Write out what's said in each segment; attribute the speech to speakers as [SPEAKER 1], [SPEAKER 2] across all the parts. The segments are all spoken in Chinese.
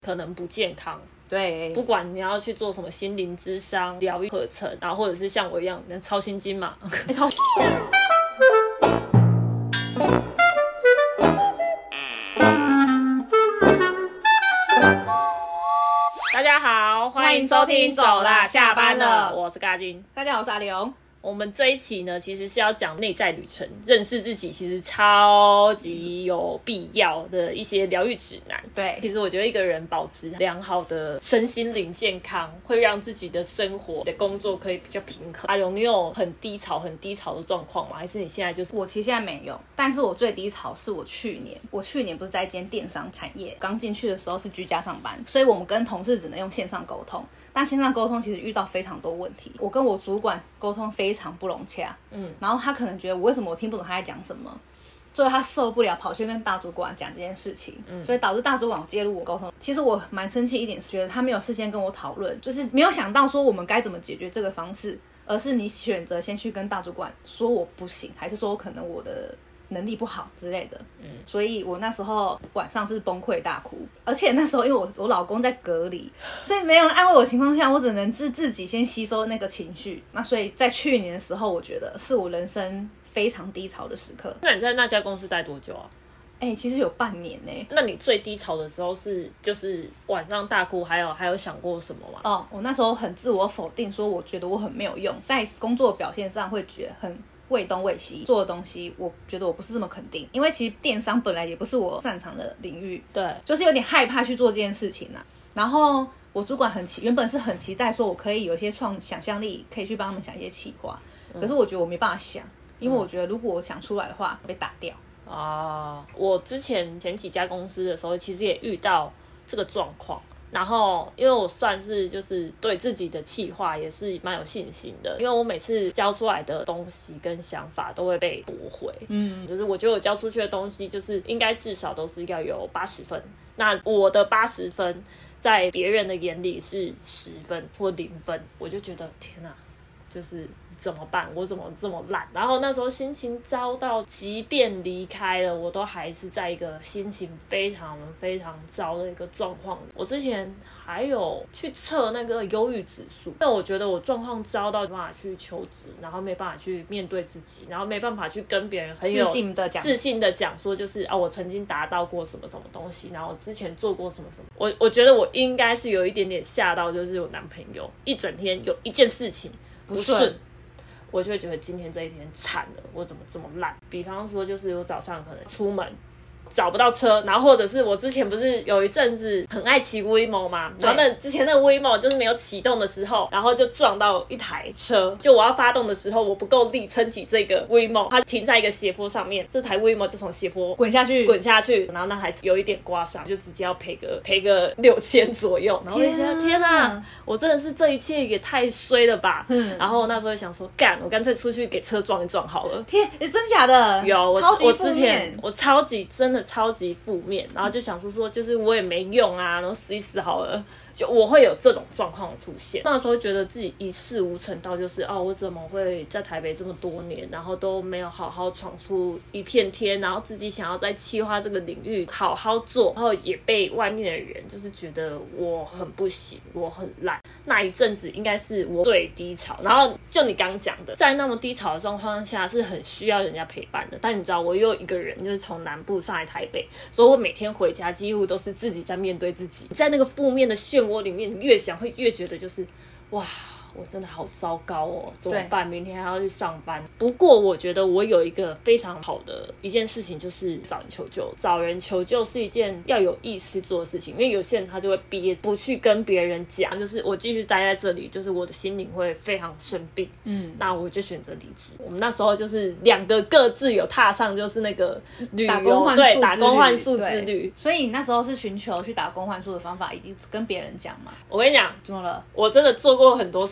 [SPEAKER 1] 可能不健康。
[SPEAKER 2] 对，
[SPEAKER 1] 不管你要去做什么心灵諮商疗愈课程，然后或者是像我一样能抄心经嘛，
[SPEAKER 2] 超
[SPEAKER 1] 大家好，欢迎收听走啦下班了，我是嘎金。
[SPEAKER 2] 大家好，我是阿刘。
[SPEAKER 1] 我们这一期呢，其实是要讲内在旅程，认识自己，其实超级有必要的一些疗愈指南。
[SPEAKER 2] 对，
[SPEAKER 1] 其实我觉得一个人保持良好的身心灵健康，会让自己的生活的工作可以比较平衡。阿勇，你有很低潮的状况吗？还是你现在就是？
[SPEAKER 2] 我其实现在没有，但是我最低潮是我去年不是在一间电商产业，刚进去的时候是居家上班，所以我们跟同事只能用线上沟通。但线上沟通其实遇到非常多问题，我跟我主管沟通非常不融洽，然后他可能觉得为什么我听不懂他在讲什么，最后他受不了，跑去跟大主管讲这件事情，所以导致大主管介入我沟通。其实我蛮生气一点，是觉得他没有事先跟我讨论，就是没有想到说我们该怎么解决这个方式，而是你选择先去跟大主管说我不行，还是说可能我的能力不好之类的，所以我那时候晚上是崩溃大哭，而且那时候因为我老公在隔离，所以没有人安慰我的情况下，我只能自己先吸收那个情绪。那所以在去年的时候，我觉得是我人生非常低潮的时刻。
[SPEAKER 1] 那你在那家公司待多久啊？
[SPEAKER 2] 其实有半年呢。
[SPEAKER 1] 那你最低潮的时候就是晚上大哭，还有想过什么吗？
[SPEAKER 2] 我那时候很自我否定，说我觉得我很没有用，在工作表现上会觉得很畏东畏西，做的东西我觉得我不是这么肯定，因为其实电商本来也不是我擅长的领域，
[SPEAKER 1] 对，
[SPEAKER 2] 就是有点害怕去做这件事情啊。然后我主管原本是很期待说我可以有一些想象力，可以去帮他们想一些企划，可是我觉得我没办法想，因为我觉得如果我想出来的话被打掉。
[SPEAKER 1] 我之前几家公司的时候，其实也遇到这个状况。然后因为我算是就是对自己的企划也是蛮有信心的，因为我每次交出来的东西跟想法都会被驳回，就是我觉得我交出去的东西就是应该至少都是要有80分，那我的80分在别人的眼里是10分或0分，我就觉得天哪，就是怎么办？我怎么这么烂？然后那时候心情糟到，即便离开了，我都还是在一个心情非常非常糟的一个状况。我之前还有去测那个忧郁指数，但我觉得我状况糟到没办法去求职，然后没办法去面对自己，然后没办法去跟别人很有自信的讲说，就是我曾经达到过什么什么东西，然后我之前做过什么什么。我觉得我应该是有一点点吓到，就是我男朋友一整天有一件事情不顺，我就会觉得今天这一天惨了，我怎么这么烂？比方说，就是我早上可能出门找不到车，然后或者是我之前不是有一阵子很爱骑 Waymo 嘛，然后之前那个 Waymo 就是没有启动的时候，然后就撞到一台车，就我要发动的时候，我不够力撑起这个 Waymo， 它停在一个斜坡上面，这台 Waymo 就从斜坡滚下去，然后那台有一点刮伤，就直接要赔个6000左右，然后我就觉得天哪，我真的是这一切也太衰了吧，然后那时候就想说，我干脆出去给车撞一撞好了。
[SPEAKER 2] 真假的？
[SPEAKER 1] 有，我之前我真的超级负面，然后就想说就是我也没用啊，然后死一死好了，就我会有这种状况出现。那时候觉得自己一事无成到就是我怎么会在台北这么多年，然后都没有好好闯出一片天，然后自己想要在企划这个领域好好做，然后也被外面的人就是觉得我很不行，我很烂。那一阵子应该是我最低潮，然后就你刚讲的，在那么低潮的状况下是很需要人家陪伴的，但你知道我又一个人就是从南部上来台北，所以我每天回家几乎都是自己在面对自己，在那个负面的漩涡里面，你越想会越觉得就是哇，我真的好糟糕哦，怎么办？明天还要去上班。不过我觉得我有一个非常好的一件事情，就是找人求救。找人求救是一件要有意识做的事情，因为有些人他就会憋不去跟别人讲，就是我继续待在这里，就是我的心灵会非常生病。那我就选择离职。我们那时候就是2个各自有踏上就是那个旅游，对，打工换宿之旅。
[SPEAKER 2] 所以你那时候是寻求去打工换宿的方法，以及跟别人讲嘛？
[SPEAKER 1] 我跟你讲，
[SPEAKER 2] 怎么了？
[SPEAKER 1] 我真的做过很多事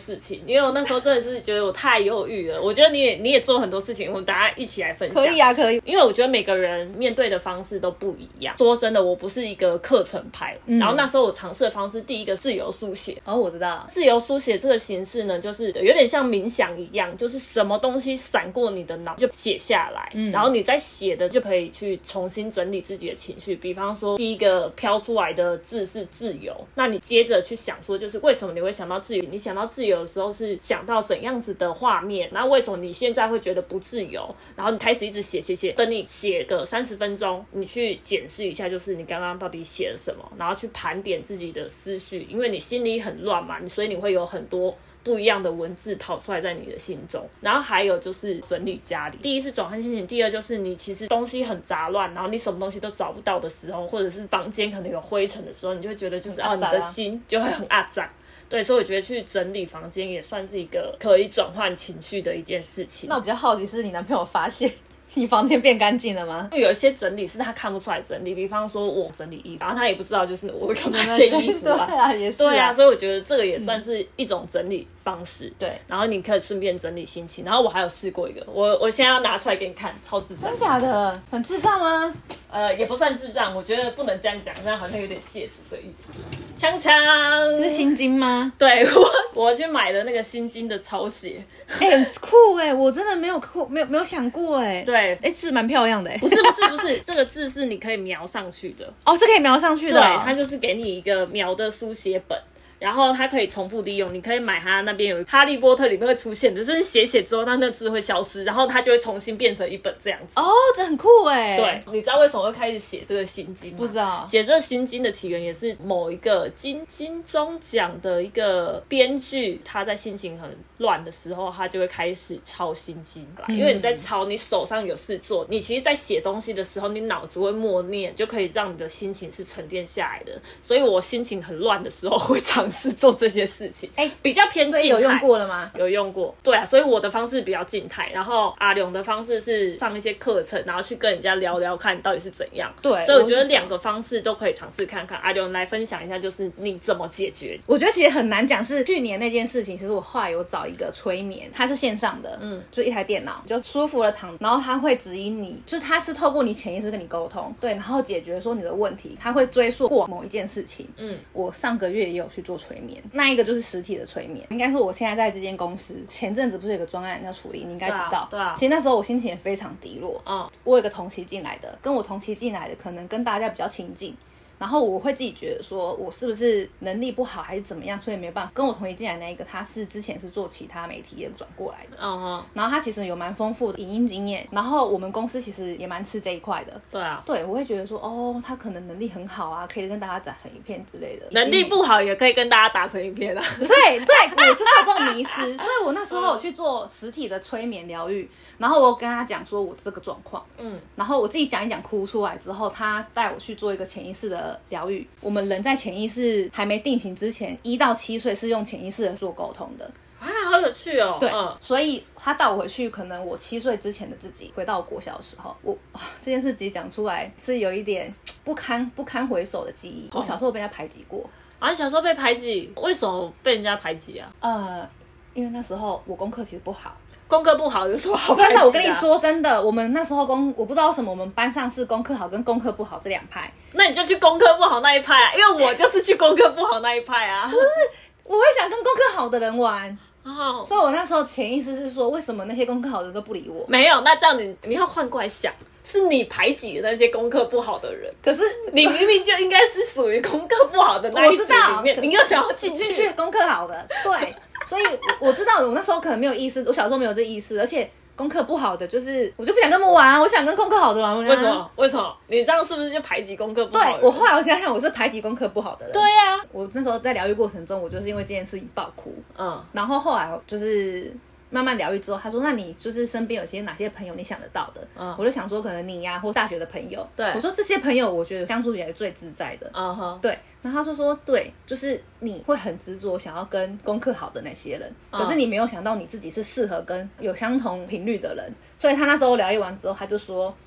[SPEAKER 1] 事情，因为我那时候真的是觉得我太忧郁了。我觉得你也做很多事情，我们大家一起来分享。
[SPEAKER 2] 可以啊，可以。
[SPEAKER 1] 因为我觉得每个人面对的方式都不一样。说真的，我不是一个课程派，然后那时候我尝试的方式，第一个自由书写。
[SPEAKER 2] 哦，我知道，
[SPEAKER 1] 自由书写这个形式呢，就是有点像冥想一样，就是什么东西闪过你的脑就写下来，然后你在写的就可以去重新整理自己的情绪。比方说，第一个飘出来的字是自由，那你接着去想说，就是为什么你会想到自由？你想到自由的时候是想到怎样子的画面？那为什么你现在会觉得不自由？然后你开始一直写，等你写个30分钟，你去检视一下，就是你刚刚到底写了什么，然后去盘点自己的思绪，因为你心里很乱嘛，所以你会有很多不一样的文字跑出来在你的心中。然后还有就是整理家里，第一是转换心情，第二就是你其实东西很杂乱，然后你什么东西都找不到的时候，或者是房间可能有灰尘的时候，你就会觉得就是你的心就会很阿杂。对，所以我觉得去整理房间也算是一个可以转换情绪的一件事情。
[SPEAKER 2] 那我比较好奇，是你男朋友发现你房间变干净了吗？
[SPEAKER 1] 有一些整理是他看不出来整理，比方说我整理衣服，然后他也不知道就是我干嘛掀衣服啊。
[SPEAKER 2] 对啊，也是
[SPEAKER 1] 对啊，所以我觉得这个也算是一种整理方式。
[SPEAKER 2] 对，
[SPEAKER 1] 然后你可以顺便整理心情。然后我还有试过一个，我现在要拿出来给你看，超智障。
[SPEAKER 2] 真假的？很智障吗？
[SPEAKER 1] 也不算智障，我觉得不能这样讲，这样好像有点亵渎的意思。锵锵，
[SPEAKER 2] 这是心经吗？
[SPEAKER 1] 对，我去买的那个心经的抄写，
[SPEAKER 2] 很酷我真的没有想过
[SPEAKER 1] 对，
[SPEAKER 2] 字蛮漂亮的
[SPEAKER 1] 不是，这个字是你可以描上去的。
[SPEAKER 2] 哦，是可以描上去的。
[SPEAKER 1] 对，它就是给你一个描的书写本。然后它可以重复利用，你可以买它那边有哈利波特里面会出现的，就是写之后它那字会消失，然后它就会重新变成一本这样子。
[SPEAKER 2] 哦，这很酷
[SPEAKER 1] 对，你知道为什么会开始写这个心经吗？
[SPEAKER 2] 不知道。写
[SPEAKER 1] 这个心经的起源也是某一个金钟奖的一个编剧，他在心情很乱的时候，他就会开始抄心经来。因为你在抄，你手上有事做，你其实在写东西的时候，你脑子会默念，就可以让你的心情是沉淀下来的。所以我心情很乱的时候会尝试做这些事情，比较偏静态。
[SPEAKER 2] 所以有用过了吗？
[SPEAKER 1] 有用过，对啊，所以我的方式比较静态，然后阿勇的方式是上一些课程，然后去跟人家聊聊看到底是怎样。
[SPEAKER 2] 对，
[SPEAKER 1] 所以我觉得2个方式都可以尝试看看。阿勇来分享一下，就是你怎么解决？
[SPEAKER 2] 我觉得其实很难讲，是去年那件事情，其实我后来有找一个催眠，它是线上的，就一台电脑，就舒服的躺，然后它会指引你，就是它是透过你潜意识跟你沟通，对，然后解决说你的问题，它会追溯过某一件事情。我上个月也有去做催眠，那一个就是实体的催眠。应该说我现在在这间公司，前阵子不是有个专案要处理，你应该知道。
[SPEAKER 1] 对啊。
[SPEAKER 2] 其实那时候我心情也非常低落。我有一个同期进来的，跟我同期进来的可能跟大家比较亲近。然后我会自己觉得说，我是不是能力不好还是怎么样，所以没办法跟我同期进来那一个，他是之前是做其他媒体业转过来的，然后他其实有蛮丰富的影音经验，然后我们公司其实也蛮吃这一块的。
[SPEAKER 1] 对啊，
[SPEAKER 2] 对，我会觉得说，他可能能力很好啊，可以跟大家打成一片之类的。
[SPEAKER 1] 能力不好也可以跟大家打成一片啊。
[SPEAKER 2] 对，我就是有这种迷思，所以我那时候有去做实体的催眠疗愈，然后我跟他讲说我这个状况，然后我自己讲一讲哭出来之后，他带我去做一个潜意识的疗愈。我们人在潜意识还没定型之前，1到7岁是用潜意识的做沟通的。
[SPEAKER 1] 好有趣哦。
[SPEAKER 2] 对，所以他带我回去，可能我7岁之前的自己回到我国小的时候，这件事直接讲出来是有一点不堪回首的记忆。我小时候被人家排挤过。
[SPEAKER 1] 你小时候被排挤，为什么被人家排挤啊？
[SPEAKER 2] 因为那时候我功课其实不好。
[SPEAKER 1] 功课不好有什么好排挤的？
[SPEAKER 2] 真的，我跟你说真的，我们那时候我不知道为什么我们班上是功课好跟功课不好这2派。
[SPEAKER 1] 那你就去功课不好那一派啊，因为我就是去功课不好那一派啊。
[SPEAKER 2] 不是，我会想跟功课好的人玩。所以我那时候潜意识是说，为什么那些功课好的人都不理我？
[SPEAKER 1] 没有，那这样你要换过来想，是你排挤的那些功课不好的人，
[SPEAKER 2] 可是
[SPEAKER 1] 你明明就应该是属于功课不好的那一群里面，你又想要进去
[SPEAKER 2] 功课好的，对。所以我知道我那时候可能没有意识，我小时候没有这意识，而且功课不好的就是我就不想跟他们玩啊，我想跟功课好的玩。
[SPEAKER 1] 为什么？为什么？你这样是不是就排挤功课不好的人？
[SPEAKER 2] 对，我后来我想想，我是排挤功课不好的人。
[SPEAKER 1] 对啊，
[SPEAKER 2] 我那时候在疗愈过程中，我就是因为这件事情爆哭。然后后来就是慢慢疗愈之后，他说：“那你就是身边有哪些朋友你想得到的？”我就想说，可能你呀，或大学的朋友。
[SPEAKER 1] 对，
[SPEAKER 2] 我说这些朋友，我觉得相处起来最自在的。对。然后他说对，就是你会很执着想要跟功课好的那些人，可是你没有想到你自己是适合跟有相同频率的人。所以他那时候疗愈完之后，他就说：“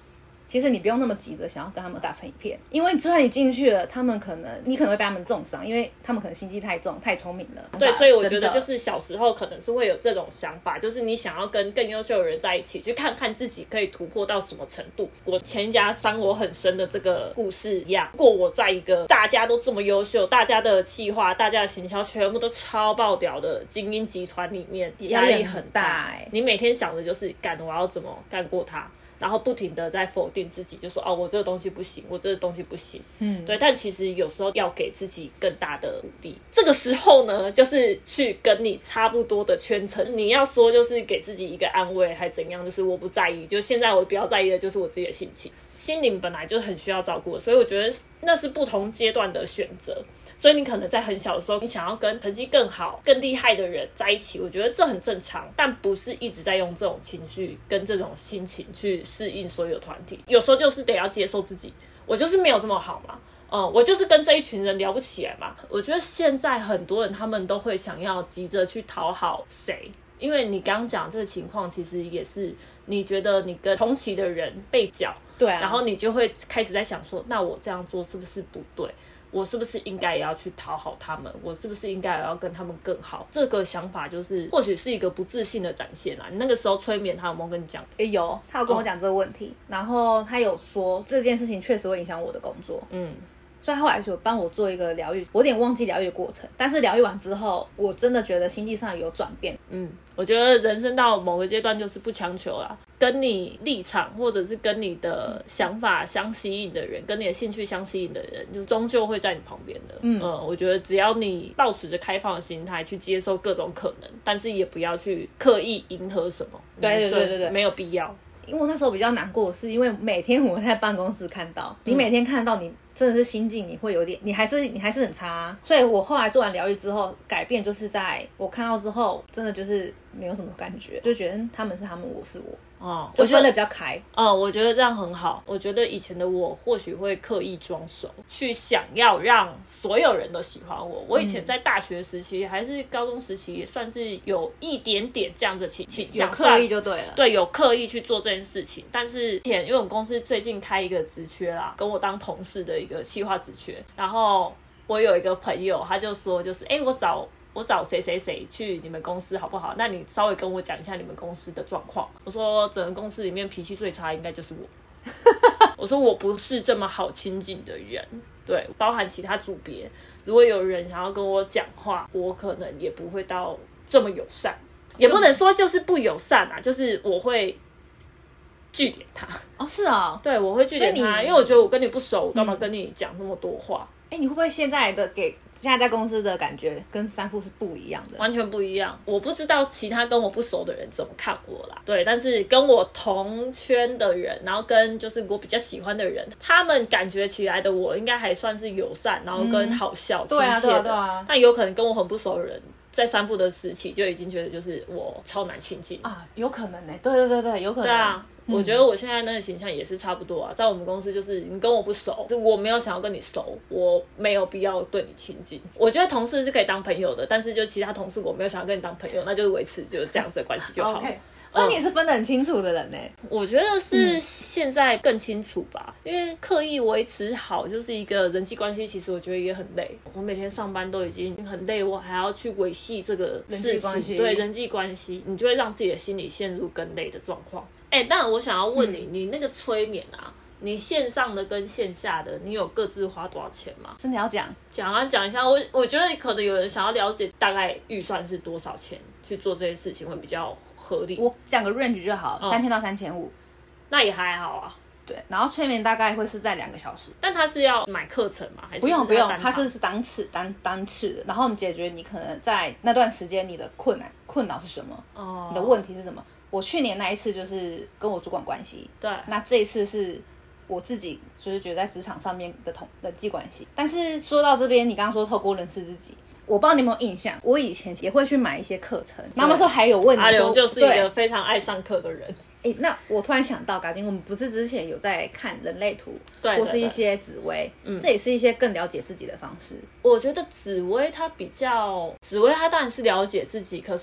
[SPEAKER 2] 其实你不用那么急着想要跟他们打成一片，因为就算你进去了，你可能会被他们重伤，因为他们可能心机太重，太聪明了。
[SPEAKER 1] 对，所以我觉得就是小时候可能是会有这种想法，就是你想要跟更优秀的人在一起，去看看自己可以突破到什么程度。我前一家伤我很深的这个故事一样，如果我在一个大家都这么优秀，大家的企划、大家的行销全部都超爆屌的精英集团里面，压力很大。你每天想的就是我要怎么干过他。然后不停的在否定自己，就说我这个东西不行，我这个东西不行。对，但其实有时候要给自己更大的鼓励。这个时候呢，就是去跟你差不多的圈层，你要说就是给自己一个安慰，还怎样？就是我不在意，就现在我比较在意的就是我自己的心情，心灵本来就很需要照顾，所以我觉得那是不同阶段的选择。所以你可能在很小的时候，你想要跟成绩更好、更厉害的人在一起，我觉得这很正常，但不是一直在用这种情绪跟这种心情去适应所有团体。有时候就是得要接受自己，我就是没有这么好嘛，我就是跟这一群人聊不起来嘛。我觉得现在很多人他们都会想要急着去讨好谁，因为你刚刚讲这个情况，其实也是你觉得你跟同期的人被较，
[SPEAKER 2] 对啊，
[SPEAKER 1] 然后你就会开始在想说，那我这样做是不是不对？我是不是应该也要去讨好他们？我是不是应该也要跟他们更好？这个想法就是或许是一个不自信的展现啦。你那个时候催眠他有没有跟你讲？
[SPEAKER 2] 有，他有跟我讲这个问题，然后他有说这件事情确实会影响我的工作。所以他后来就帮我做一个疗愈，我有点忘记疗愈的过程，但是疗愈完之后，我真的觉得心境上有转变。
[SPEAKER 1] 我觉得人生到某个阶段就是不强求啦，跟你立场或者是跟你的想法相吸引的人，跟你的兴趣相吸引的人，就终究会在你旁边的。我觉得只要你抱持着开放的心态去接受各种可能，但是也不要去刻意迎合什么。
[SPEAKER 2] 对，
[SPEAKER 1] 没有必要。
[SPEAKER 2] 因为我那时候比较难过的是，因为每天我在办公室看到你，每天看到你真的是心境，你会有点，你还是很差。所以我后来做完疗愈之后，改变就是在我看到之后，真的就是没有什么感觉，就觉得他们是他们，我是我。就分得比较开。
[SPEAKER 1] 我觉得这样很好。我觉得以前的我或许会刻意装熟，去想要让所有人都喜欢我。我以前在大学时期还是高中时期，也算是有一点点这样的倾向，
[SPEAKER 2] 有刻意就对了。
[SPEAKER 1] 对，有刻意去做这件事情。但是因为我们公司最近开一个职缺啦，跟我当同事的一个企划职缺，然后我有一个朋友，他就说就是我找谁谁谁去你们公司好不好？那你稍微跟我讲一下你们公司的状况。我说整个公司里面脾气最差应该就是我。我说我不是这么好亲近的人，对，包含其他组别，如果有人想要跟我讲话，我可能也不会到这么友善，也不能说就是不友善啊，就是我会据点他。
[SPEAKER 2] 是啊，
[SPEAKER 1] 对，我会据点他，因为我觉得我跟你不熟，我干嘛跟你讲这么多话？
[SPEAKER 2] 你会不会现在在公司的感觉跟三副是不一样的？
[SPEAKER 1] 完全不一样。我不知道其他跟我不熟的人怎么看我啦，对，但是跟我同圈的人，然后跟就是我比较喜欢的人，他们感觉起来的我应该还算是友善，然后跟好笑、亲切的。但有可能跟我很不熟的人，在三副的时期就已经觉得就是我超难亲近
[SPEAKER 2] 啊，有可能呢。对，有可能。
[SPEAKER 1] 对啊。我觉得我现在那个形象也是差不多啊，在我们公司就是你跟我不熟，就我没有想要跟你熟，我没有必要对你亲近。我觉得同事是可以当朋友的，但是就其他同事我没有想要跟你当朋友，那就是维持就这样子的关系就好。
[SPEAKER 2] Okay. 那你也是分得很清楚的人呢。
[SPEAKER 1] 我觉得是现在更清楚吧，因为刻意维持好就是一个人际关系，其实我觉得也很累。我每天上班都已经很累，我还要去维系这个事情，对人际关系，你就会让自己的心理陷入更累的状况。但我想要问你，你那个催眠啊，你线上的跟线下的，你有各自花多少钱吗？
[SPEAKER 2] 真的要讲
[SPEAKER 1] 一下。我觉得可能有人想要了解大概预算是多少钱去做这些事情会比较合理。
[SPEAKER 2] 我讲个 range 就好，3000到3500，
[SPEAKER 1] 那也还好啊。
[SPEAKER 2] 对，然后催眠大概会是在2个小时。
[SPEAKER 1] 但他是要买课程吗？还是
[SPEAKER 2] 不用，他是单次的。然后我们解决你可能在那段时间你的困扰是什么，你的问题是什么。我去年那一次就是跟我主管关系，
[SPEAKER 1] 对，
[SPEAKER 2] 那这一次是我自己就是觉得在职场上面的人际关系。但是说到这边，你刚刚说透过认识自己，我不知道你有没有印象，我以前也会去买一些课程，然后那时候还有问你说，
[SPEAKER 1] 阿刘就是一个非常爱上课的人。
[SPEAKER 2] 那我突然想到，嘎金，我们不是之前有在看人类图，
[SPEAKER 1] 对，
[SPEAKER 2] 或是一些紫微，这也是一些更了解自己的方式。
[SPEAKER 1] 我觉得紫微它当然是了解自己，可是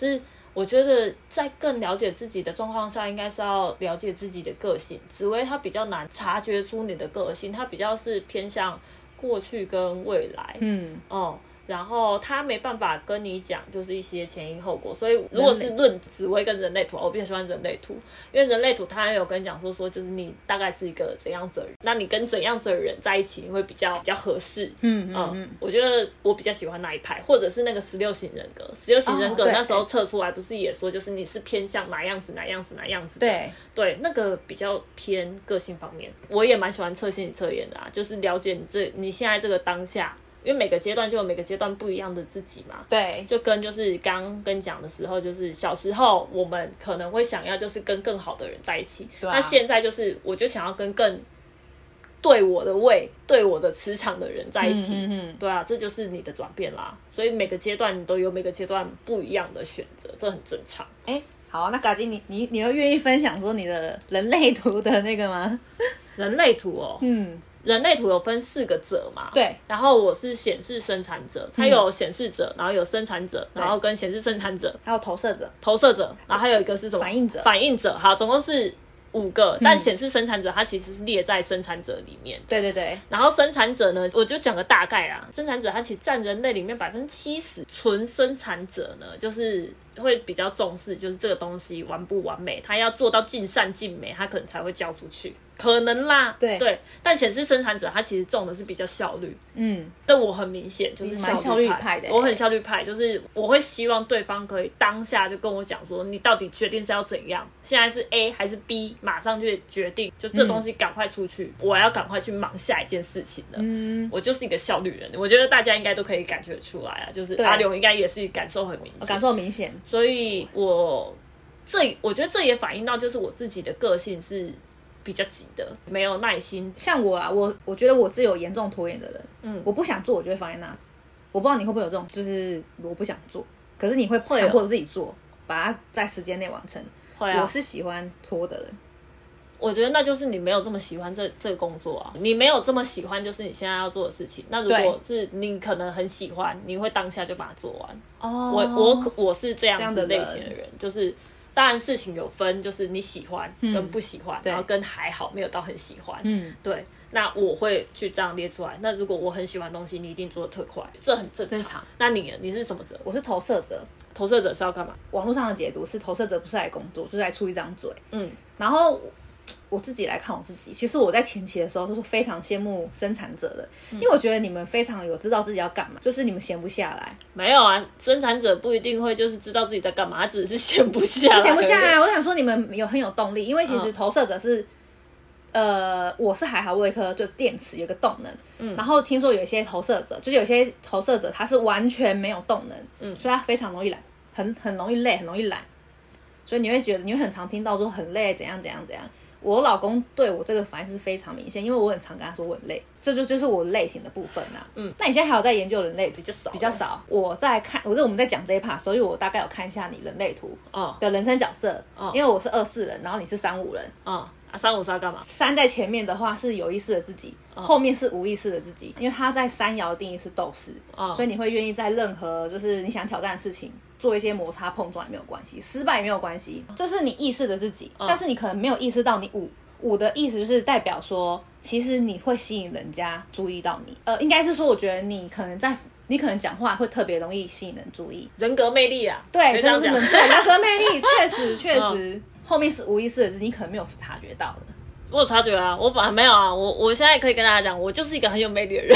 [SPEAKER 1] 我觉得在更了解自己的状况下，应该是要了解自己的个性。紫微它比较难察觉出你的个性，它比较是偏向过去跟未来。然后他没办法跟你讲就是一些前因后果，所以如果是论紫微跟人类图，我比较喜欢人类图，因为人类图他有跟你讲说就是你大概是一个怎样子的人，那你跟怎样子的人在一起你会比较合适。我觉得我比较喜欢那一派，或者是那个16型人格，16型人格那时候测出来不是也说就是你是偏向哪样子哪样子哪样子的，对，那个比较偏个性方面。我也蛮喜欢测心理测验的啊，就是了解你现在这个当下。因为每个阶段就有每个阶段不一样的自己嘛，
[SPEAKER 2] 对，
[SPEAKER 1] 就跟就是刚跟讲的时候，就是小时候我们可能会想要就是跟更好的人在一起，那现在就是我就想要跟更对我的胃、对我的磁场的人在一起，对啊，这就是你的转变啦。所以每个阶段你都有每个阶段不一样的选择，这很正常。
[SPEAKER 2] 好，那嘎金，你会愿意分享说你的人类图的那个吗？
[SPEAKER 1] 人类图哦，人类图有分4个者嘛？
[SPEAKER 2] 对。
[SPEAKER 1] 然后我是显示生产者，它有显示者，然后有生产者，然后跟显示生产者，
[SPEAKER 2] 还有投射者，
[SPEAKER 1] 然后还有一个是什么？反应者。好，总共是5个，但显示生产者它其实是列在生产者里面。
[SPEAKER 2] 对。
[SPEAKER 1] 然后生产者呢，我就讲个大概啦。生产者它其实占人类里面70%，纯生产者呢就是会比较重视，就是这个东西完不完美，他要做到尽善尽美，他可能才会交出去。可能啦，对，但显示生产者他其实重的是比较效率，但我很明显就是效率派的，我很效率派，就是我会希望对方可以当下就跟我讲说，你到底决定是要怎样，现在是 A 还是 B， 马上就决定，就这东西赶快出去，我要赶快去忙下一件事情了。我就是一个效率人，我觉得大家应该都可以感觉出来啊，就是阿刘应该也是感受很明显，
[SPEAKER 2] 感受明显，
[SPEAKER 1] 所以我觉得这也反映到就是我自己的个性是比较急的，没有耐心。
[SPEAKER 2] 像我啊，我觉得我是有严重拖延的人，我不想做，我就会放在那。我不知道你会不会有这种，就是我不想做，可是你会强迫自己做，把它在时间内完成。会啊，我是喜欢拖的人。
[SPEAKER 1] 我觉得那就是你没有这么喜欢这个工作啊，你没有这么喜欢，就是你现在要做的事情。那如果是你可能很喜欢，你会当下就把它做完。我是这样子类型的人，就是当然事情有分，就是你喜欢跟不喜欢，然后跟还好没有到很喜欢。对。那我会去这样列出来。那如果我很喜欢的东西，你一定做得特快，这很正常。那你是什么者？
[SPEAKER 2] 我是投射者。
[SPEAKER 1] 投射者是要干嘛？
[SPEAKER 2] 网络上的解读是投射者不是来工作，就是来出一张嘴。然后我自己来看我自己，其实我在前期的时候都是非常羡慕生产者的，因为我觉得你们非常有知道自己要干嘛，就是你们闲不下来。
[SPEAKER 1] 没有啊，生产者不一定会就是知道自己在干嘛，他只是闲不下来。
[SPEAKER 2] 闲不下来，我想说你们很有动力，因为其实投射者是。我是还好，我有一颗就电池有一个动能，然后听说有一些投射者，就是有些投射者他是完全没有动能，所以他非常容易懒，很容易累，很容易懒，所以你会很常听到说很累，怎样怎样怎样。我老公对我这个反应是非常明显，因为我很常跟他说我很累，这就是我类型的部分呐。那你现在还有在研究人类图？比较少。我在看，我们在讲这一 part， 所以我大概有看一下你人类图的人生角色，因为我是24人，然后你是35人。
[SPEAKER 1] 35是要干嘛
[SPEAKER 2] ？3在前面的话是有意识的自己，后面是无意识的自己。因为他在3爻定义是斗士，所以你会愿意在任何就是你想挑战的事情做一些摩擦碰撞也没有关系，失败也没有关系，这是你意识的自己。但是你可能没有意识到你五的意思就是代表说，其实你会吸引人家注意到你。应该是说，我觉得你可能讲话会特别容易吸引人注意，
[SPEAKER 1] 人格魅力啊。
[SPEAKER 2] 对，真的是人格魅力，确实。后面是无意识的，你可能没有察觉到的。
[SPEAKER 1] 我有察觉啊，我本来没有啊，我现在可以跟大家讲，我就是一个很有魅力的人。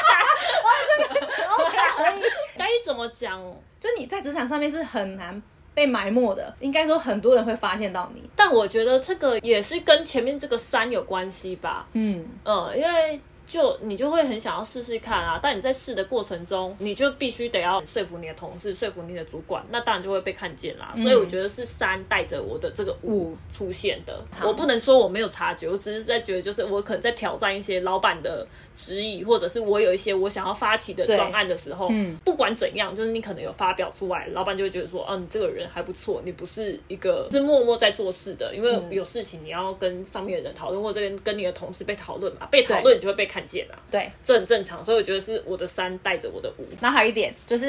[SPEAKER 1] 该怎么讲？
[SPEAKER 2] 就你在职场上面是很难被埋没的，应该说很多人会发现到你。
[SPEAKER 1] 但我觉得这个也是跟前面这个3有关系吧。因为你就会很想要试试看啊，但你在试的过程中，你就必须得要说服你的同事，说服你的主管，那当然就会被看见啦。所以我觉得是3带着我的这个5出现的。我不能说我没有察觉，我只是在觉得就是我可能在挑战一些老板的质疑，或者是我有一些我想要发起的专案的时候，不管怎样，就是你可能有发表出来，老板就会觉得说，你这个人还不错，你不是一个是默默在做事的，因为有事情你要跟上面的人讨论，或者跟你的同事被讨论嘛，被讨论你就会被看见啊。
[SPEAKER 2] 对，
[SPEAKER 1] 这很正常，所以我觉得是我的3带着我的5。
[SPEAKER 2] 然后还有一点就是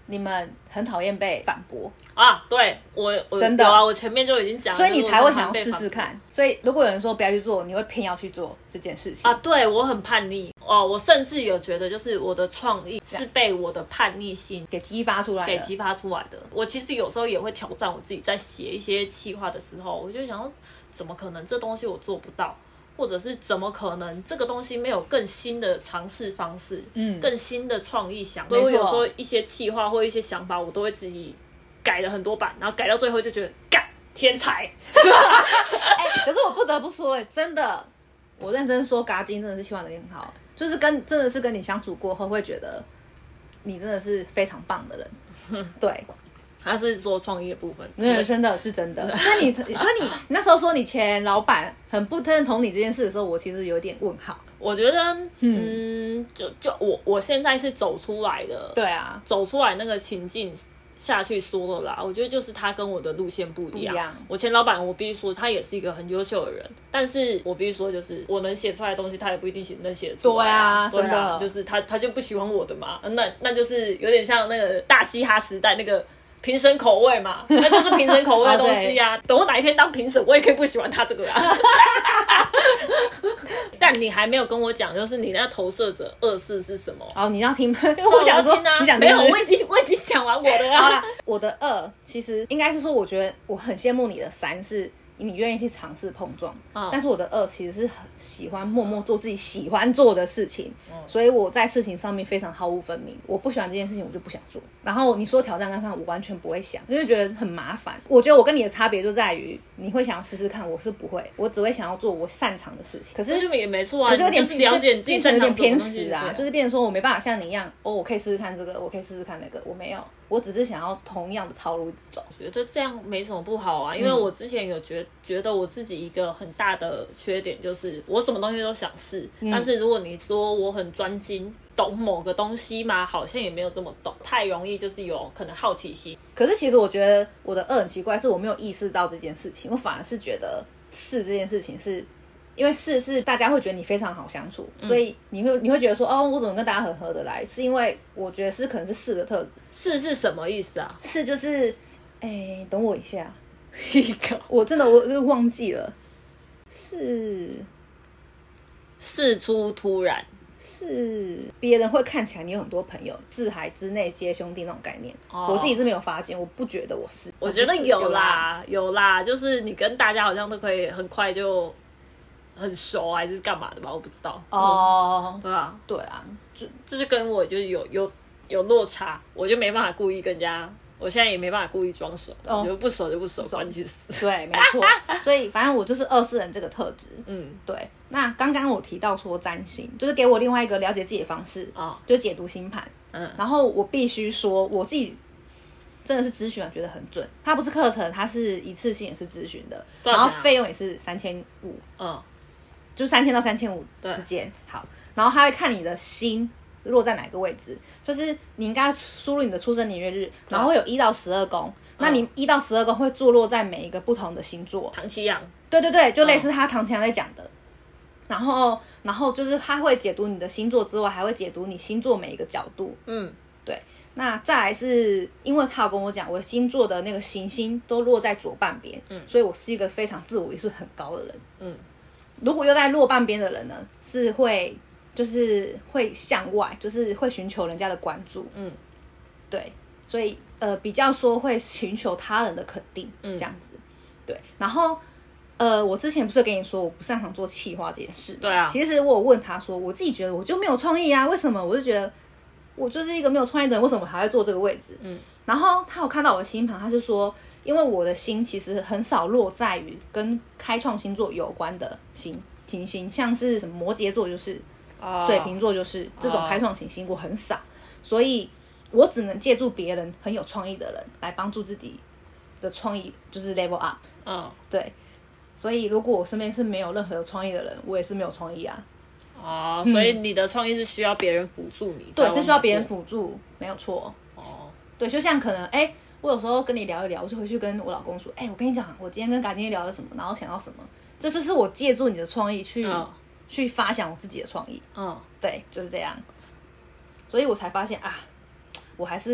[SPEAKER 2] 你们很讨厌被反驳
[SPEAKER 1] 啊。对，我
[SPEAKER 2] 真的
[SPEAKER 1] 有啊，我前面就已经讲了，
[SPEAKER 2] 所以你才会想要试试看。所以如果有人说不要去做，你会偏要去做这件事情
[SPEAKER 1] 啊。对，我很叛逆哦，我甚至有觉得就是我的创意是被我的叛逆心
[SPEAKER 2] 给激发出来
[SPEAKER 1] 的。我其实有时候也会挑战我自己，在写一些企划的时候，我就想说怎么可能这东西我做不到，或者是怎么可能这个东西没有更新的尝试方式，更新的创意想法。所以我有时候一些企划或一些想法，我都会自己改了很多版，然后改到最后就觉得干天才。
[SPEAKER 2] 可是我不得不说，真的，我认真说，嘎金真的是企划能力很好，就是真的是跟你相处过后，会觉得你真的是非常棒的人。对。
[SPEAKER 1] 他是做创意的部分，
[SPEAKER 2] 真的是真的。所以你那时候说你前老板很不认同你这件事的时候，我其实有点问号。
[SPEAKER 1] 我觉得，就我现在是走出来的，
[SPEAKER 2] 对啊，
[SPEAKER 1] 走出来那个情境下去说了啦。我觉得就是他跟我的路线不一样。我前老板，我必须说他也是一个很优秀的人，但是我必须说，就是我能写出来的东西，他也不一定能写得出来。
[SPEAKER 2] 对啊，
[SPEAKER 1] 真
[SPEAKER 2] 的，
[SPEAKER 1] 就是他就不喜欢我的嘛。那就是有点像那个大嘻哈时代那个。评审口味嘛，那就是评审口味的东西呀。等我哪一天当评审，我也可以不喜欢他这个啊。但你还没有跟我讲，就是你那投射者24是什么？
[SPEAKER 2] 哦，你要听吗？我想说，你想
[SPEAKER 1] 没有？我已经讲完我的啦。
[SPEAKER 2] 好啦，我的2其实应该是说，我觉得我很羡慕你的3是。你愿意去尝试碰撞，但是我的2其实是很喜欢默默做自己喜欢做的事情，所以我在事情上面非常毫无分明。我不喜欢这件事情，我就不想做。然后你说挑战看看，我完全不会想，因为觉得很麻烦。我觉得我跟你的差别就在于，你会想要试试看，我是不会，我只会想要做我擅长的事情。可是
[SPEAKER 1] 也没错啊，
[SPEAKER 2] 可是有点
[SPEAKER 1] 就是了解你自己擅长
[SPEAKER 2] 有点偏食啊，就是变成说我没办法像你一样，我可以试试看这个，我可以试试看那个，我没有。我只是想要同样的套路走，
[SPEAKER 1] 觉得这样没什么不好啊。因为我之前有觉得我自己一个很大的缺点就是我什么东西都想试，但是如果你说我很专精懂某个东西嘛，好像也没有这么懂，太容易就是有可能好奇心。
[SPEAKER 2] 可是其实我觉得我的2很奇怪，是我没有意识到这件事情，我反而是觉得试这件事情是。因为4是大家会觉得你非常好相处，所以你会觉得说，哦，我怎么跟大家很合得来？是因为我觉得是可能是4的特质。
[SPEAKER 1] 4是什么意思啊
[SPEAKER 2] ？4就是，等我一下，我真的我就忘记了。
[SPEAKER 1] 事出突然，
[SPEAKER 2] 是别人会看起来你有很多朋友，四海之内皆兄弟那种概念。我自己是没有发现，我不觉得我是。
[SPEAKER 1] 我觉得有啦，就是你跟大家好像都可以很快就。很熟还是干嘛的吧，我不知道。对啊，
[SPEAKER 2] 对啊，
[SPEAKER 1] 这就跟我就有落差，我就没办法故意跟人家，我现在也没办法故意装熟，就不熟就不熟，管你去死。
[SPEAKER 2] 对，没错。所以反正我就是24人这个特质。对。那刚刚我提到说占星，就是给我另外一个了解自己的方式，就是解读星盘。然后我必须说，我自己。真的是咨询觉得很准，它不是课程，它是一次性也是咨询的，然后费用也是3500，就3000到3500之间。好，然后他会看你的星落在哪个位置，就是你应该输入你的出生年月日，然后会有1到12宫，那你1到12宫会坐落在每一个不同的星座。
[SPEAKER 1] 唐綺阳，
[SPEAKER 2] 对，就类似他唐綺阳在讲的。然后就是他会解读你的星座之外，还会解读你星座每一个角度。对。那再来是因为他有跟我讲，我的星座的那个行星都落在左半边，所以我是一个非常自我意识很高的人。如果又在落半边的人呢，是会就是会向外，就是会寻求人家的关注。对，所以比较说会寻求他人的肯定，这样子。对，然后我之前不是跟你说我不擅长做企划这件事？
[SPEAKER 1] 对啊。
[SPEAKER 2] 其实我有问他说，我自己觉得我就没有创意啊，为什么？我就觉得。我就是一个没有创意的人，为什么还要坐这个位置？然后他有看到我的星盘，他就说，因为我的星其实很少落在于跟开创星座有关的行星，像是什么摩羯座就是，水瓶座就是这种开创行星，我很少，所以我只能借助别人很有创意的人来帮助自己的创意，就是 level up。对，所以如果我身边是没有任何有创意的人，我也是没有创意啊。
[SPEAKER 1] 所以你的创意是需要别人辅助你，
[SPEAKER 2] 对，是需要别人辅助，没有错。对，就像可能我有时候跟你聊一聊，我就回去跟我老公说，我跟你讲，我今天跟嘎今天聊了什么，然后想到什么，这就是我借助你的创意去发想我自己的创意。对，就是这样。所以我才发现啊，我还是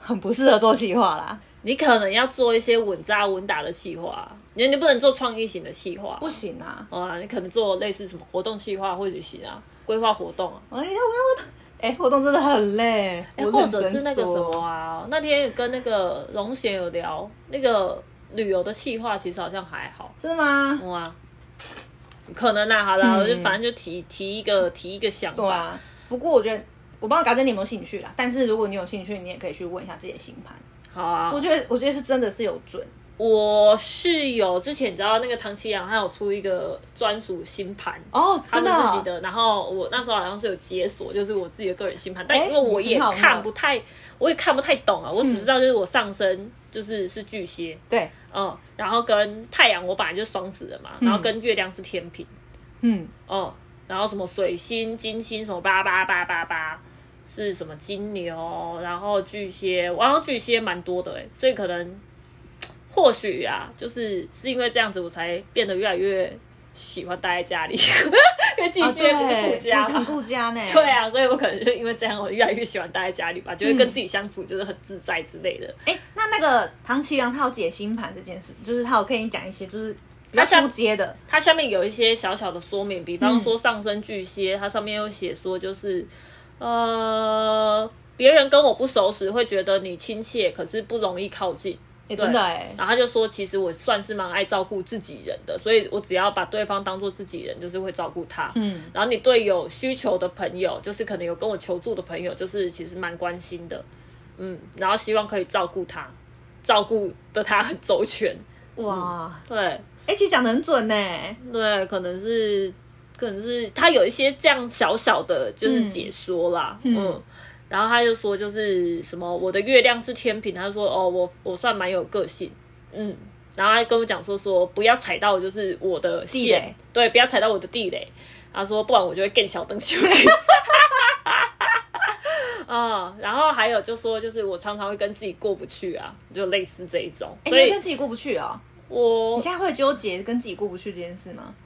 [SPEAKER 2] 很不适合做企划啦。
[SPEAKER 1] 你可能要做一些稳扎稳打的企划，你不能做创意型的企划，
[SPEAKER 2] 不行啊。
[SPEAKER 1] 你可能做类似什么活动企划或者行啊，规划活动啊。
[SPEAKER 2] 活动真的很累。
[SPEAKER 1] 或者是那个什么啊，那天跟那个荣贤有聊那个旅游的企划，其实好像还好。
[SPEAKER 2] 真的吗？
[SPEAKER 1] 哇，可能啊，好啦，我就反正就提一个想法。
[SPEAKER 2] 对啊，不过我觉得我不知道嘎珍你有没有兴趣啦，但是如果你有兴趣，你也可以去问一下自己的星盘。
[SPEAKER 1] 好啊，
[SPEAKER 2] 我觉得是真的是有准。
[SPEAKER 1] 我是有之前你知道那个唐奇阳他有出一个专属星盘
[SPEAKER 2] 哦，
[SPEAKER 1] 他
[SPEAKER 2] 真的
[SPEAKER 1] 们自己的，然后我那时候好像是有解锁，就是我自己的个人星盘，但因为我也看不太懂啊，我只知道就是我上升就是巨蟹，
[SPEAKER 2] 对，
[SPEAKER 1] 然后跟太阳我本来就是双子的嘛，然后跟月亮是天秤，然后什么水星、金星什么88888是什么金牛，然后巨蟹，然后巨蟹蛮多的所以可能或许啊，是因为这样子我才变得越来越喜欢待在家里，因为巨蟹不是顾家嘛，
[SPEAKER 2] 很顾家呢。
[SPEAKER 1] 对啊，所以我可能就因为这样，我越来越喜欢待在家里吧，就会跟自己相处就是很自在之类的。
[SPEAKER 2] 那个唐奇阳他有解星盘这件事，就是他有跟你讲一些就是比较出街的，
[SPEAKER 1] 它下面有一些小小的说明，比方说上升巨蟹，它上面有写说就是别人跟我不熟时会觉得你亲切，可是不容易靠近。
[SPEAKER 2] 真的
[SPEAKER 1] 然后他就说，其实我算是蛮爱照顾自己人的，所以我只要把对方当做自己人，就是会照顾他。然后你对有需求的朋友，就是可能有跟我求助的朋友，就是其实蛮关心的。然后希望可以照顾他，照顾的他很周全。
[SPEAKER 2] 哇，
[SPEAKER 1] 对，
[SPEAKER 2] 其实讲得很准呢。
[SPEAKER 1] 对，可能是他有一些这样小小的，就是解说啦。然后他就说，就是什么我的月亮是天秤，他就说我算蛮有个性，然后他跟我讲说不要踩到就是我的线，对，不要踩到我的地雷。他说不然我就会更小灯修理。然后还有就说就是我常常会跟自己过不去啊，就类似这一种。
[SPEAKER 2] 所以你跟自己过不去啊？你现在会纠结跟自己过不去这件事吗？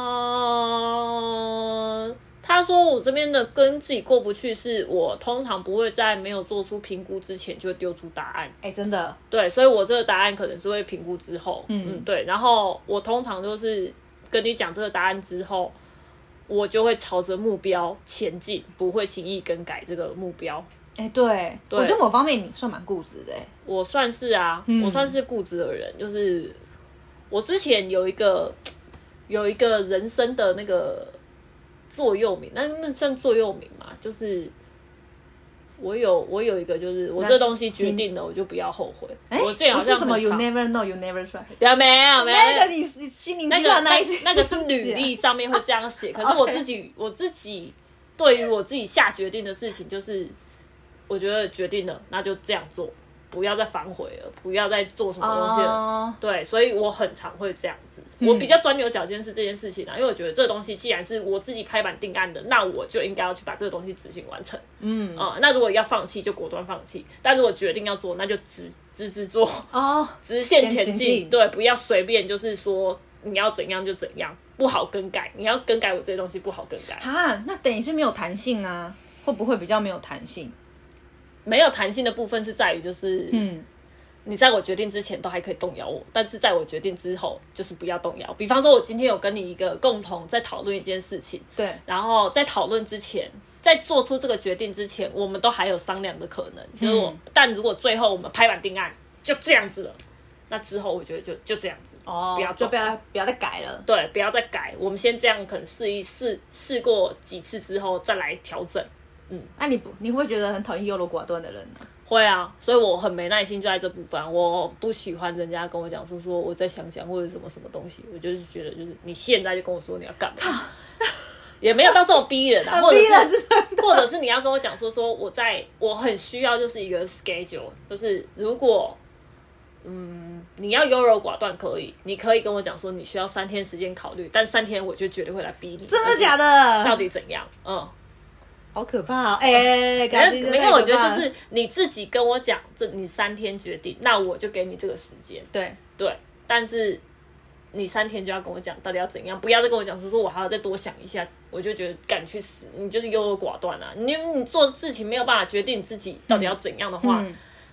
[SPEAKER 1] 他说我这边的跟自己过不去，是我通常不会在没有做出评估之前就会丢出答案。
[SPEAKER 2] 真的，
[SPEAKER 1] 对，所以我这个答案可能是会评估之后，对，然后我通常就是跟你讲这个答案之后，我就会朝着目标前进，不会轻易更改这个目标。
[SPEAKER 2] 对，我觉得某方面你算蛮固执的。
[SPEAKER 1] 我算是啊，我算是固执的人，就是我之前有一个人生的那个座右铭，那算座右铭嘛？就是我有一个，就是我这东西决定了，我就不要后悔。我之前好像
[SPEAKER 2] 是什么 You never know, you never try。
[SPEAKER 1] 没有，
[SPEAKER 2] 那个你心灵鸡汤
[SPEAKER 1] 那个是履历上面会这样写。可是我自己对于我自己下决定的事情，就是我觉得决定了，那就这样做。不要再反悔了，不要再做什么东西了。对，所以我很常会这样子。我比较钻牛角尖是这件事情因为我觉得这个东西既然是我自己拍板定案的，那我就应该要去把这个东西执行完成。那如果要放弃，就果断放弃；但如果决定要做，那就直做直线前进。对，不要随便就是说你要怎样就怎样，不好更改。你要更改我这些东西不好更改
[SPEAKER 2] 那等于是没有弹性啊？会不会比较没有弹性？
[SPEAKER 1] 没有弹性的部分是在于，就是你在我决定之前都还可以动摇我，但是在我决定之后，就是不要动摇。比方说，我今天有跟你一个共同在讨论一件事情，
[SPEAKER 2] 对，
[SPEAKER 1] 然后在讨论之前，在做出这个决定之前，我们都还有商量的可能。就是但如果最后我们拍板定案就这样子了，那之后我觉得就这样子
[SPEAKER 2] 不要再改了。
[SPEAKER 1] 对，不要再改。我们先这样，可能试过几次之后再来调整。
[SPEAKER 2] 你会觉得很讨厌优柔寡断的人呢？
[SPEAKER 1] 会啊，所以我很没耐心就在这部分，我不喜欢人家跟我讲说我再想想或者什么东西，我就是觉得就是你现在就跟我说你要干嘛，也没有到这种逼人或者是你要跟我讲说我很需要就是一个 schedule， 就是如果你要优柔寡断可以，你可以跟我讲说你需要3天时间考虑，但3天我就绝对会来逼你。
[SPEAKER 2] 真的假的？
[SPEAKER 1] 到底怎样？
[SPEAKER 2] 好可怕
[SPEAKER 1] 没有，我觉得就是你自己跟我讲，你3天决定，那我就给你这个时间。
[SPEAKER 2] 对，
[SPEAKER 1] 但是你3天就要跟我讲到底要怎样，不要再跟我讲说我还要再多想一下，我就觉得赶去死，你就是优柔寡断啊！你做事情没有办法决定你自己到底要怎样的话，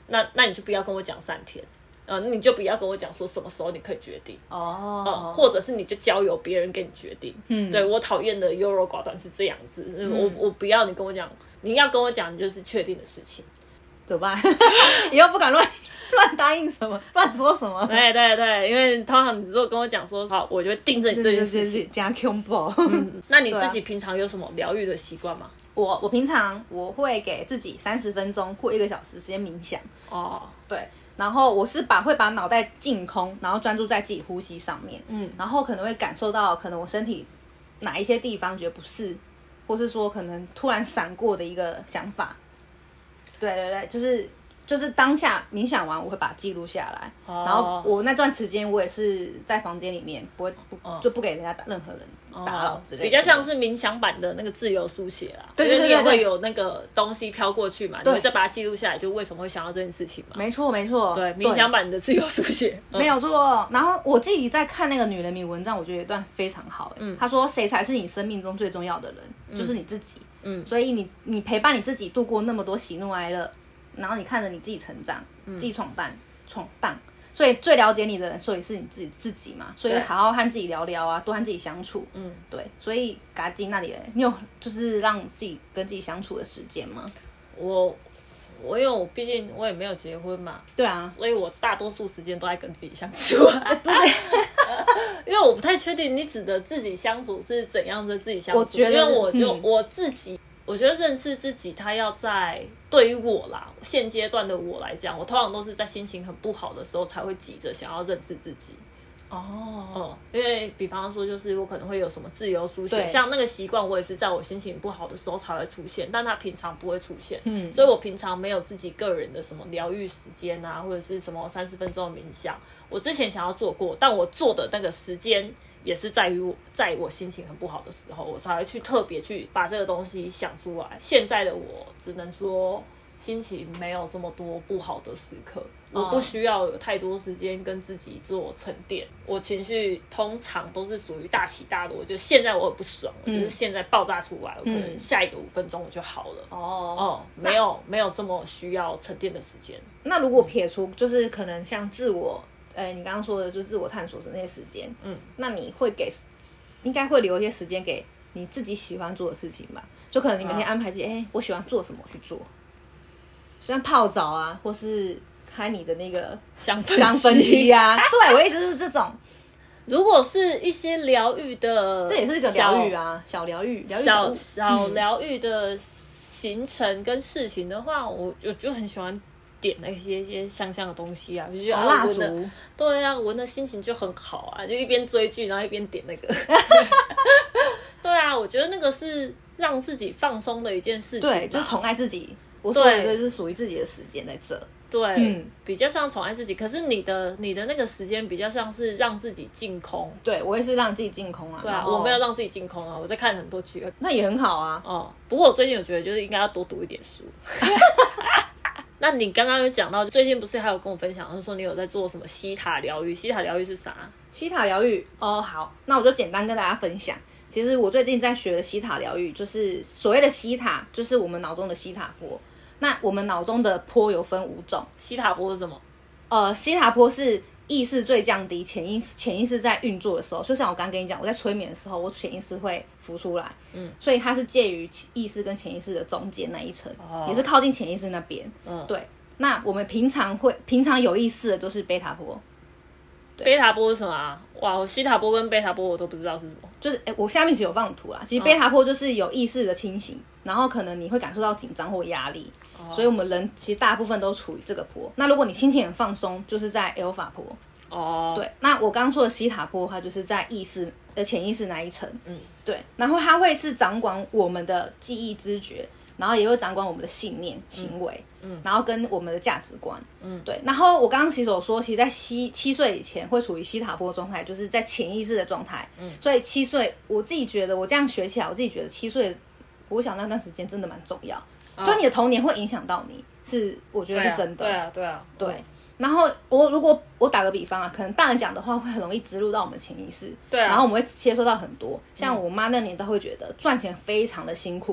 [SPEAKER 1] 那你就不要跟我讲3天。你就不要跟我讲说什么时候你可以决定或者是你就交由别人给你决定。对，我讨厌的优柔寡断是这样子。我不要你跟我讲，你要跟我讲就是确定的事情。
[SPEAKER 2] 怎么办？以后不敢乱答应什么，乱说什么。
[SPEAKER 1] 对对对，因为通常你如果跟我讲说好，我就会盯着你这件事情。
[SPEAKER 2] 加恐怖。
[SPEAKER 1] 那你自己平常有什么疗愈的习惯吗？
[SPEAKER 2] 我平常我会给自己30分钟或1个小时时间冥想。对。然后我是会把脑袋净空，然后专注在自己呼吸上面。然后可能会感受到可能我身体哪一些地方觉得不适，或是说可能突然闪过的一个想法。对对对，就是当下冥想完，我会把它记录下来。然后我那段时间我也是在房间里面，就不给人家任何人打扰之类的。
[SPEAKER 1] 比较像是冥想版的那个自由书写啦。
[SPEAKER 2] 对对对对，
[SPEAKER 1] 因为你也会有那个东西飘过去嘛，你会再把它记录下来，就为什么会想到这件事情嘛。
[SPEAKER 2] 没错没错。
[SPEAKER 1] 对，冥想版的自由书写。
[SPEAKER 2] 没有错。然后我自己在看那个女人迷文章，我觉得有一段非常好。他说谁才是你生命中最重要的人，就是你自己。所以你陪伴你自己度过那么多喜怒哀乐，然后你看着你自己成长，自己闯荡，所以最了解你的人，所以是你自己嘛。所以好好和自己聊聊啊，多和自己相处。对。所以嘎金那里，你有就是让自己跟自己相处的时间吗？
[SPEAKER 1] 因为我毕竟我也没有结婚嘛。
[SPEAKER 2] 对啊。
[SPEAKER 1] 所以我大多数时间都在跟自己相处。对。因为我不太确定你指的自己相处是怎样的自己相处。
[SPEAKER 2] 我觉得，
[SPEAKER 1] 因为我自己。我觉得认识自己，他要在对于我啦，现阶段的我来讲，我通常都是在心情很不好的时候才会急着想要认识自己。因为比方说，就是我可能会有什么自由书写，像那个习惯，我也是在我心情不好的时候才会出现，但它平常不会出现。所以我平常没有自己个人的什么疗愈时间啊，或者是什么30分钟的冥想。我之前想要做过，但我做的那个时间也是在我心情很不好的时候，我才会特别去把这个东西想出来。现在的我只能说，心情没有这么多不好的时刻，我不需要有太多时间跟自己做沉淀。我情绪通常都是属于大起大落，就现在我很不爽，就是现在爆炸出来，我可能下一个5分钟我就好了。没有这么需要沉淀的时间。
[SPEAKER 2] 那如果撇除就是可能像自我，你刚刚说的就自我探索的那些时间，那你应该会留一些时间给你自己喜欢做的事情吧？就可能你每天安排自己，我喜欢做什么我去做。像泡澡啊，或是开你的那个
[SPEAKER 1] 香氛
[SPEAKER 2] 机啊。对，我一直就是这种。
[SPEAKER 1] 如果是一些疗愈的，
[SPEAKER 2] 这也是一个疗愈啊，小疗愈
[SPEAKER 1] 疗愈的行程跟事情的话，我就很喜欢点那些一些香香的东西啊，就觉得
[SPEAKER 2] 蜡烛。
[SPEAKER 1] 对啊，闻的心情就很好啊，就一边追剧，然后一边点那个。对啊，我觉得那个是让自己放松的一件事情。
[SPEAKER 2] 对，就是宠爱自己。我说的就是属于自己的时间在这。
[SPEAKER 1] 对，比较像宠爱自己。可是你的那个时间比较像是让自己净空。
[SPEAKER 2] 对，我也是让自己净空啊。
[SPEAKER 1] 对啊，我没有让自己净空啊，我在看很多剧。
[SPEAKER 2] 那也很好啊。
[SPEAKER 1] 不过我最近有觉得就是应该要多读一点书。那你刚刚有讲到，最近不是还有跟我分享，就是说你有在做什么西塔疗愈？西塔疗愈是啥？
[SPEAKER 2] 西塔疗愈好，那我就简单跟大家分享。其实我最近在学的西塔疗愈，就是所谓的西塔，就是我们脑中的西塔波。那我们脑中的波有分5种。
[SPEAKER 1] 西塔波是什么？
[SPEAKER 2] 西塔波是意识最降低，潜意识在运作的时候，就像我刚刚跟你讲，我在催眠的时候，我潜意识会浮出来。所以它是介于意识跟潜意识的中间那一层，也是靠近潜意识那边。对。那我们平常有意识的都是贝塔波。
[SPEAKER 1] 贝塔波是什么啊？哇，西塔波跟贝塔波我都不知道是什么。
[SPEAKER 2] 就是我下面其实有放图啦。其实贝塔波就是有意识的清醒，然后可能你会感受到紧张或压力。所以我们人其实大部分都处于这个波。那如果你心情很放松，就是在 alpha 波。对。那我刚刚说的西塔波，它就是在潜意识那一层。对。然后它会是掌管我们的记忆、知觉，然后也会掌管我们的信念、行为，然后跟我们的价值观。对。然后我刚刚其实有说，其实在7岁以前会处于西塔波状态，就是在潜意识的状态。所以7岁，我自己觉得我这样学起来，我自己觉得7岁，我想那段时间真的蛮重要。就你的童年会影响到你，我觉得是真的。对。然后如果我打个比方啊，可能大人讲的话会很容易植入到我们潜意识。然后我们会接收到很多，像我妈那年代会觉得赚钱非常的辛苦，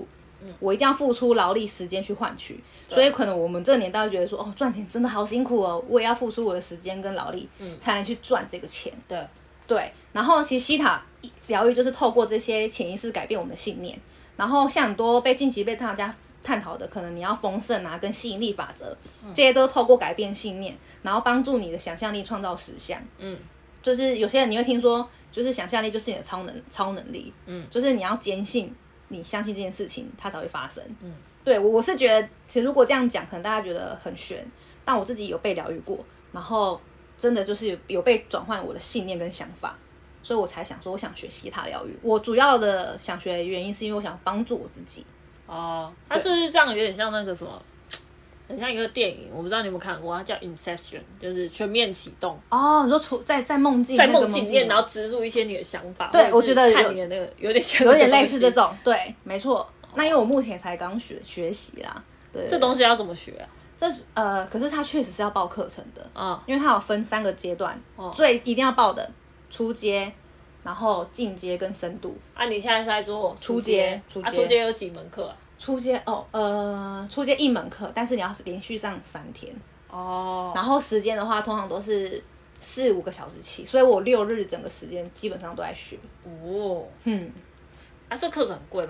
[SPEAKER 2] 我一定要付出劳力时间去换取，所以可能我们这个年代会觉得说，哦，赚钱真的好辛苦哦，我也要付出我的时间跟劳力，才能去赚这个钱。对，然后其实西塔疗愈就是透过这些潜意识改变我们的信念，然后像很多近期被大家探讨的，可能你要丰盛啊，跟吸引力法则，这些都透过改变信念，然后帮助你的想象力创造实相。就是有些人你会听说，就是想象力就是你的超能力，就是你要坚信，你相信这件事情，它才会发生。对，我是觉得，其实如果这样讲，可能大家觉得很玄，但我自己有被疗愈过，然后真的就是有被转换我的信念跟想法，所以我才想说，我想学西塔疗愈。我主要的想学的原因是因为我想帮助我自己。
[SPEAKER 1] 它是不是这样有点像那个什么？很像一个电影，我不知道你有没有看过，它叫 Inception， 就是全面启动。
[SPEAKER 2] 你说在梦境，
[SPEAKER 1] 在梦境里面，然后植入一些你的想法。
[SPEAKER 2] 对，我觉得
[SPEAKER 1] 看你的那个有点像，
[SPEAKER 2] 有点类似这种。对，没错。那因为我目前才刚学习啦，对，
[SPEAKER 1] 这东西要怎么学啊？
[SPEAKER 2] 可是它确实是要报课程的，因为它有分3个阶段，最一定要报的初阶，然后进阶跟深度。
[SPEAKER 1] 你现在是在做初阶？初阶有几门课啊？
[SPEAKER 2] 初阶初阶1门课，但是你要连续上3天然后时间的话，通常都是4-5个小时起，所以我6日整个时间基本上都在学。
[SPEAKER 1] 这课程很贵吗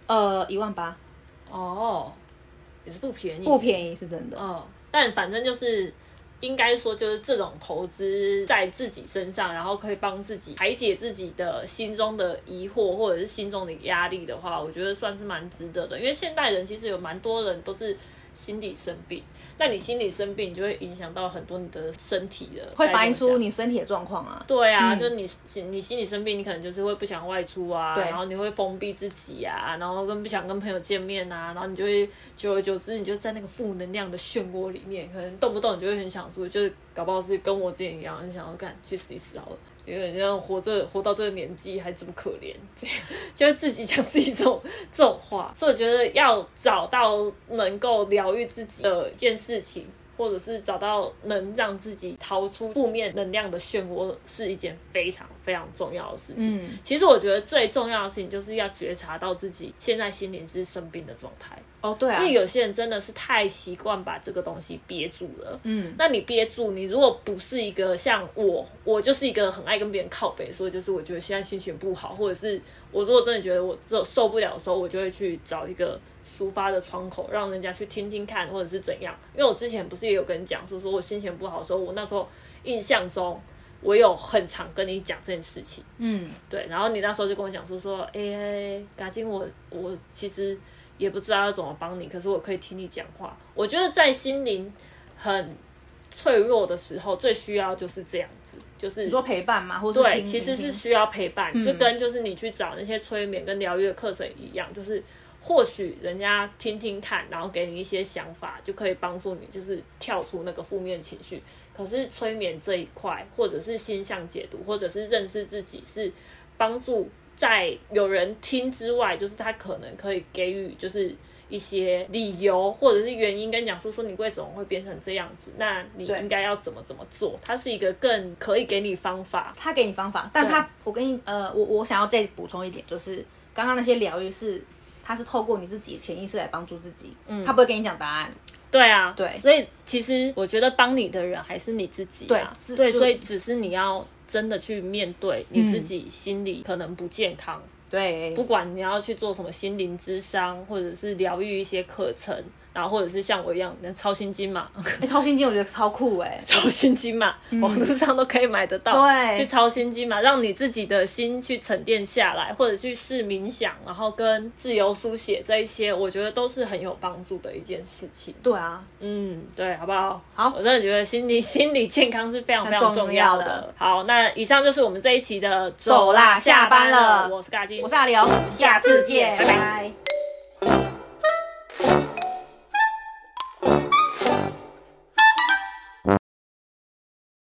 [SPEAKER 2] ？18000。
[SPEAKER 1] 也是不便宜，
[SPEAKER 2] 不便宜是真的。
[SPEAKER 1] 但反正就是应该说，就是这种投资在自己身上，然后可以帮自己排解自己的心中的疑惑或者是心中的压力的话，我觉得算是蛮值得的。因为现代人其实有蛮多人都是心理生病，那你心理生病，你就会影响到很多你的身体的，
[SPEAKER 2] 会反映出你身体的状况啊。
[SPEAKER 1] 对啊，就是你心理生病，你可能就是会不想外出啊，然后你会封闭自己啊，然后不想跟朋友见面啊，然后你就会久而久之，你就在那个负能量的漩涡里面，可能动不动你就会很想出，就是搞不好是跟我之前一样，很想要去死一死好了。因为你要活到这个年纪还这么可怜，这样就会自己讲自己这种话，所以我觉得要找到能够疗愈自己的一件事情，或者是找到能让自己逃出负面能量的漩涡，是一件非常非常重要的事情。其实我觉得最重要的事情就是要觉察到自己现在心灵是生病的状态。
[SPEAKER 2] 对啊，
[SPEAKER 1] 因为有些人真的是太习惯把这个东西憋住了。那你憋住，你如果不是一个像我就是一个很爱跟别人靠北，所以就是我觉得现在心情不好，或者是我如果真的觉得我受不了的时候，我就会去找一个抒发的窗口，让人家去听听看，或者是怎样。因为我之前不是也有跟你讲说我心情不好的时候，我那时候印象中我有很常跟你讲这件事情。对，然后你那时候就跟我讲说嘎金，我其实也不知道要怎么帮你，可是我可以听你讲话。我觉得在心灵很脆弱的时候，最需要就是这样子，就是
[SPEAKER 2] 你说陪伴嘛，或是
[SPEAKER 1] 对，其实是需要陪伴，就跟就是你去找那些催眠跟疗愈的课程一样，就是或许人家听听看，然后给你一些想法，就可以帮助你就是跳出那个负面情绪。可是催眠这一块，或者是星象解读，或者是认识自己，是帮助在有人听之外，就是他可能可以给予就是一些理由或者是原因，跟你讲说你为什么会变成这样子，那你应该要怎么做。它是一个更可以给你方法，
[SPEAKER 2] 他给你方法，但我想要再补充一点，就是刚刚那些疗愈它是透过你自己的潜意识来帮助自己，他不会给你讲答案。
[SPEAKER 1] 对啊，
[SPEAKER 2] 对，
[SPEAKER 1] 所以其实我觉得帮你的人还是你自己啊。对，所以只是你要真的去面对你自己心里可能不健康。
[SPEAKER 2] 对，
[SPEAKER 1] 不管你要去做什么心灵諮商，或者是疗愈一些课程，然后或者是像我一样能抄心经嘛。
[SPEAKER 2] 抄心经我觉得超酷
[SPEAKER 1] 抄心经嘛，网络上都可以买得到。
[SPEAKER 2] 对，
[SPEAKER 1] 去抄心经嘛，让你自己的心去沉淀下来，或者去试冥想，然后跟自由书写这一些，我觉得都是很有帮助的一件事情。
[SPEAKER 2] 对啊，
[SPEAKER 1] 对，好不好？
[SPEAKER 2] 好，
[SPEAKER 1] 我真的觉得心理健康是非常非常重要的。好，那以上就是我们这一期的
[SPEAKER 2] 走啦，下班了。
[SPEAKER 1] 我是嘎金，
[SPEAKER 2] 我是阿刘，下次见，拜拜。